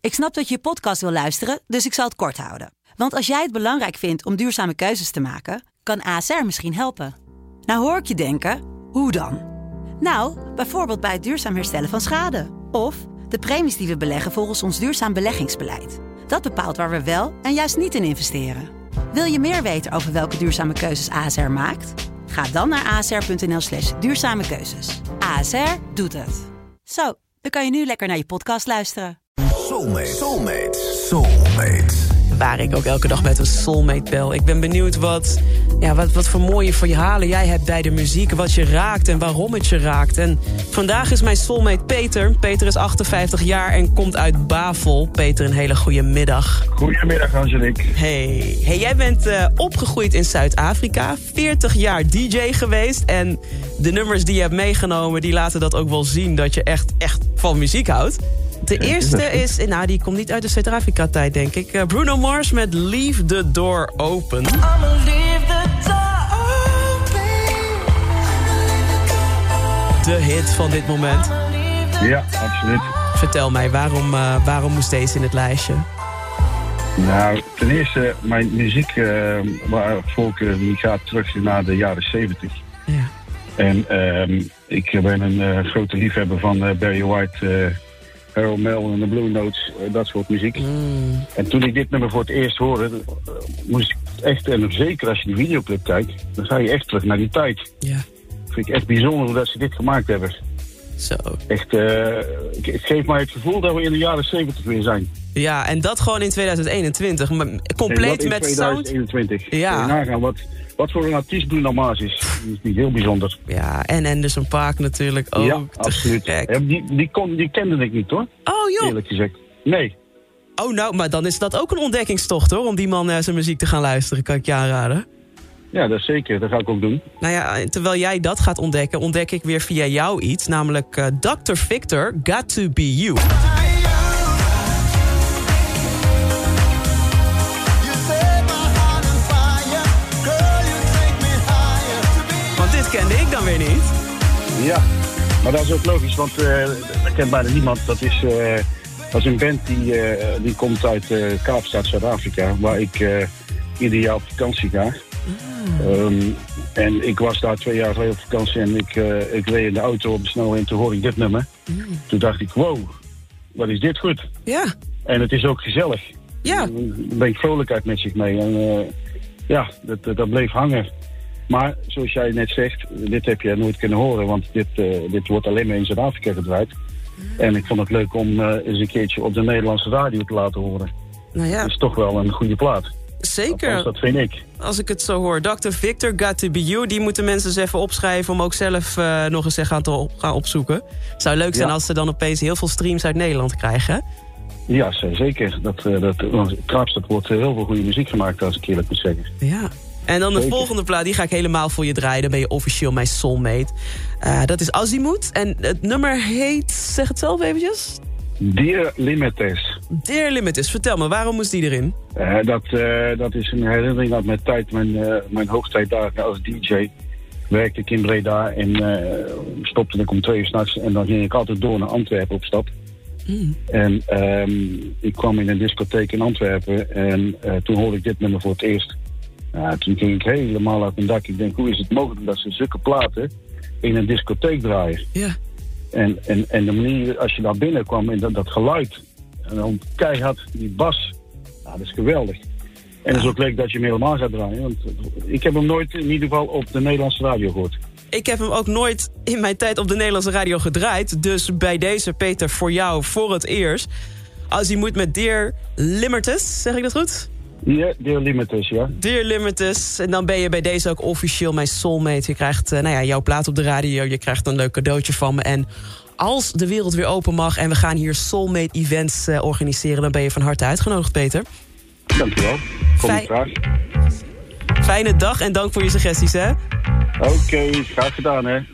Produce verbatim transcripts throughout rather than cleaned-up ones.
Ik snap dat je je podcast wil luisteren, dus ik zal het kort houden. Want als jij het belangrijk vindt om duurzame keuzes te maken, kan A S R misschien helpen. Nou hoor ik je denken, hoe dan? Nou, bijvoorbeeld bij het duurzaam herstellen van schade. Of de premies die we beleggen volgens ons duurzaam beleggingsbeleid. Dat bepaalt waar we wel en juist niet in investeren. Wil je meer weten over welke duurzame keuzes A S R maakt? Ga dan naar asr.nl slash duurzame keuzes. A S R doet het. Zo, dan kan je nu lekker naar je podcast luisteren. Soulmate, soulmate, soulmate. Waar ik ook elke dag met een soulmate bel. Ik ben benieuwd wat, ja, wat, wat voor mooie verhalen jij hebt bij de muziek. Wat je raakt en waarom het je raakt. En vandaag is mijn soulmate Peter. Peter is achtenvijftig jaar en komt uit Bavel. Peter, een hele goede middag. Goedemiddag, Angelique. Hey, hey jij bent uh, opgegroeid in Zuid-Afrika. veertig jaar D J geweest. En de nummers die je hebt meegenomen, die laten dat ook wel zien dat je echt, echt van muziek houdt. De eerste is, nou die komt niet uit de Zuid-Afrika-tijd, denk ik. Uh, Bruno Mars met Leave the Door Open. De hit van dit moment. Ja, absoluut. Vertel mij, waarom, uh, waarom moest deze in het lijstje? Nou, ten eerste, mijn muziek, uh, waar voorkeur die gaat terug naar de jaren zeventig. Ja. En uh, ik ben een uh, grote liefhebber van uh, Barry White... Uh, Harold Melvin en de Blue Notes, dat soort muziek. Mm. En toen ik dit nummer voor het eerst hoorde, uh, moest ik echt, en zeker als je die videoclip kijkt, dan ga je echt terug naar die tijd. Ja. Vind ik echt bijzonder dat ze dit gemaakt hebben. Zo. Echt, uh, het geeft mij het gevoel dat we in de jaren zeventig weer zijn. Ja, en dat gewoon in tweeduizend eenentwintig. Compleet met sound. tweeduizend eenentwintig. Ja. Nagaan wat, wat voor een artiest Bruno Mars is. Dat is niet heel bijzonder. Ja, en Anderson .Paak natuurlijk ook. Ja, absoluut. Ja, die, die, kon, die kende ik niet, hoor. Oh, joh. Eerlijk gezegd. Nee. Oh, nou, maar dan is dat ook een ontdekkingstocht, hoor. Om die man uh, zijn muziek te gaan luisteren, kan ik je aanraden. Ja, dat is zeker. Dat ga ik ook doen. Nou ja, terwijl jij dat gaat ontdekken, ontdek ik weer via jou iets. Namelijk uh, dokter Victor, Got to Be You. Want dit kende ik dan weer niet. Ja, maar dat is ook logisch, want uh, dat kent bijna niemand. Dat is, uh, dat is een band die, uh, die komt uit uh, Kaapstad, Zuid-Afrika, waar ik uh, ieder jaar op vakantie ga. Mm. Um, en ik was daar twee jaar geleden op vakantie en ik, uh, ik reed in de auto op de snelweg en toen hoorde ik dit nummer. Mm. Toen dacht ik, wow, wat is dit goed. Ja. En het is ook gezellig. Ja. Een beetje vrolijkheid met zich mee. En uh, ja, dat, dat bleef hangen. Maar zoals jij net zegt, dit heb je nooit kunnen horen, want dit, uh, dit wordt alleen maar in Zuid-Afrika gedraaid. Mm. En ik vond het leuk om uh, eens een keertje op de Nederlandse radio te laten horen. Nou ja. Dat is toch wel een goede plaat. Zeker. Althans, dat vind ik. Als ik het zo hoor. dokter Victor, Got to Be You. Die moeten mensen eens even opschrijven om ook zelf uh, nog eens gaan, te gaan opzoeken. Het zou leuk zijn ja. als ze dan opeens heel veel streams uit Nederland krijgen. Ja, zeker. Dat, uh, dat, Kaapstad wordt uh, heel veel goede muziek gemaakt, als ik eerlijk moet zeggen. Ja. En dan de zeker. Volgende plaat, die ga ik helemaal voor je draaien. Dan ben je officieel mijn soulmate. Uh, dat is Azimuth. En het nummer heet, zeg het zelf eventjes... Dear Limites. Dear Limites, vertel me, waarom moest die erin? Uh, dat, uh, dat is een herinnering uit mijn tijd, mijn, uh, mijn hoogtijdagen als D J. Werkte ik in Breda en uh, stopte ik om twee uur 's nachts en dan ging ik altijd door naar Antwerpen op stap. Mm. En um, ik kwam in een discotheek in Antwerpen en uh, toen hoorde ik dit nummer voor het eerst. Uh, toen ging ik helemaal uit mijn dak. Ik denk, hoe is het mogelijk dat ze zulke platen in een discotheek draaien? Ja. Yeah. En, en, en de manier, als je daar binnenkwam en dat, dat geluid, en dan keihard die bas, nou, dat is geweldig. En het is ook leuk dat je hem helemaal gaat draaien, want ik heb hem nooit in ieder geval op de Nederlandse radio gehoord. Ik heb hem ook nooit in mijn tijd op de Nederlandse radio gedraaid, dus bij deze, Peter, voor jou, voor het eerst. Als hij moet met Dear Limites, zeg ik dat goed? Ja, Dear Limites, ja. Dear Limites. En dan ben je bij deze ook officieel mijn soulmate. Je krijgt uh, nou ja, jouw plaat op de radio. Je krijgt een leuk cadeautje van me. En als de wereld weer open mag en we gaan hier soulmate events uh, organiseren, dan ben je van harte uitgenodigd, Peter. Dankjewel. Kom Fijn... graag. Fijne dag en dank voor je suggesties, hè? Oké, okay, graag gedaan, hè.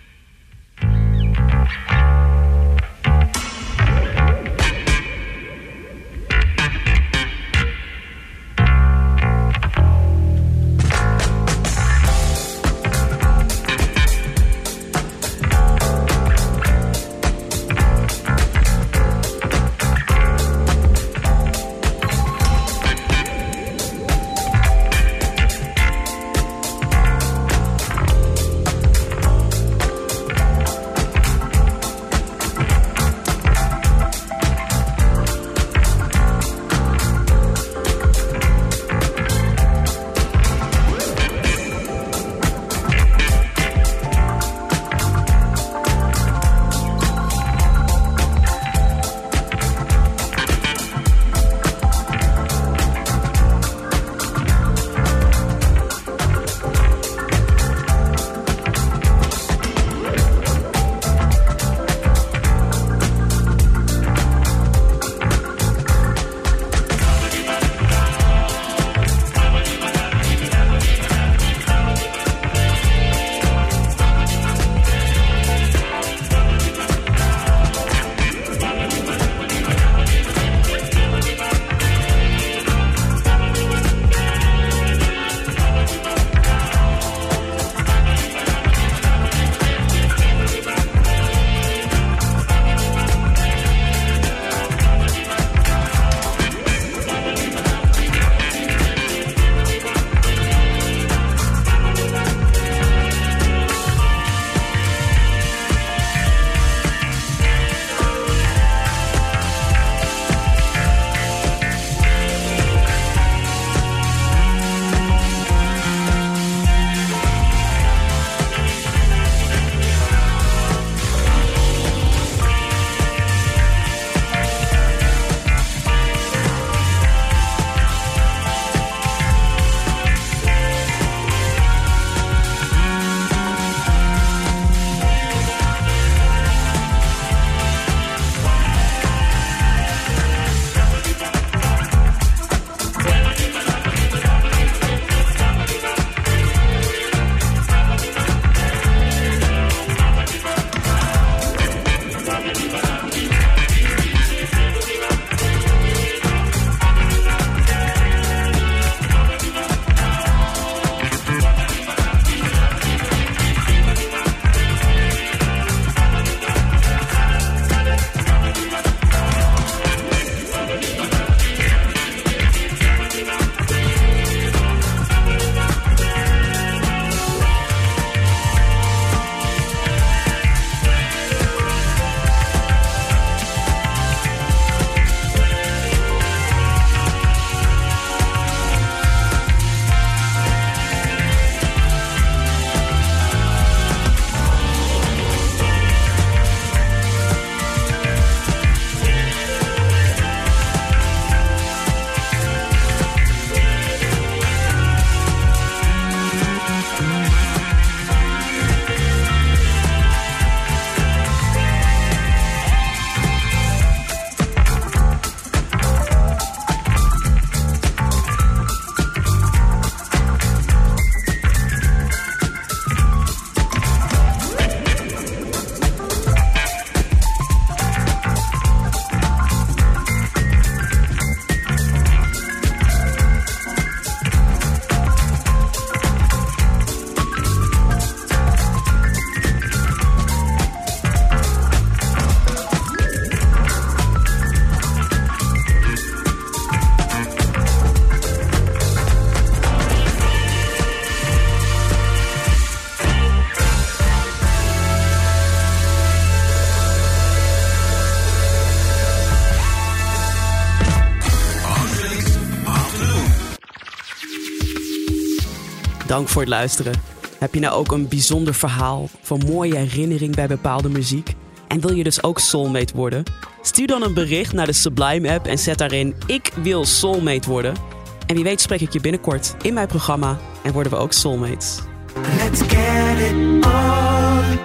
Dank voor het luisteren. Heb je nou ook een bijzonder verhaal of een mooie herinnering bij bepaalde muziek? En wil je dus ook soulmate worden? Stuur dan een bericht naar de Sublime app en zet daarin ik wil soulmate worden. En wie weet spreek ik je binnenkort in mijn programma en worden we ook soulmates. Let's get it on.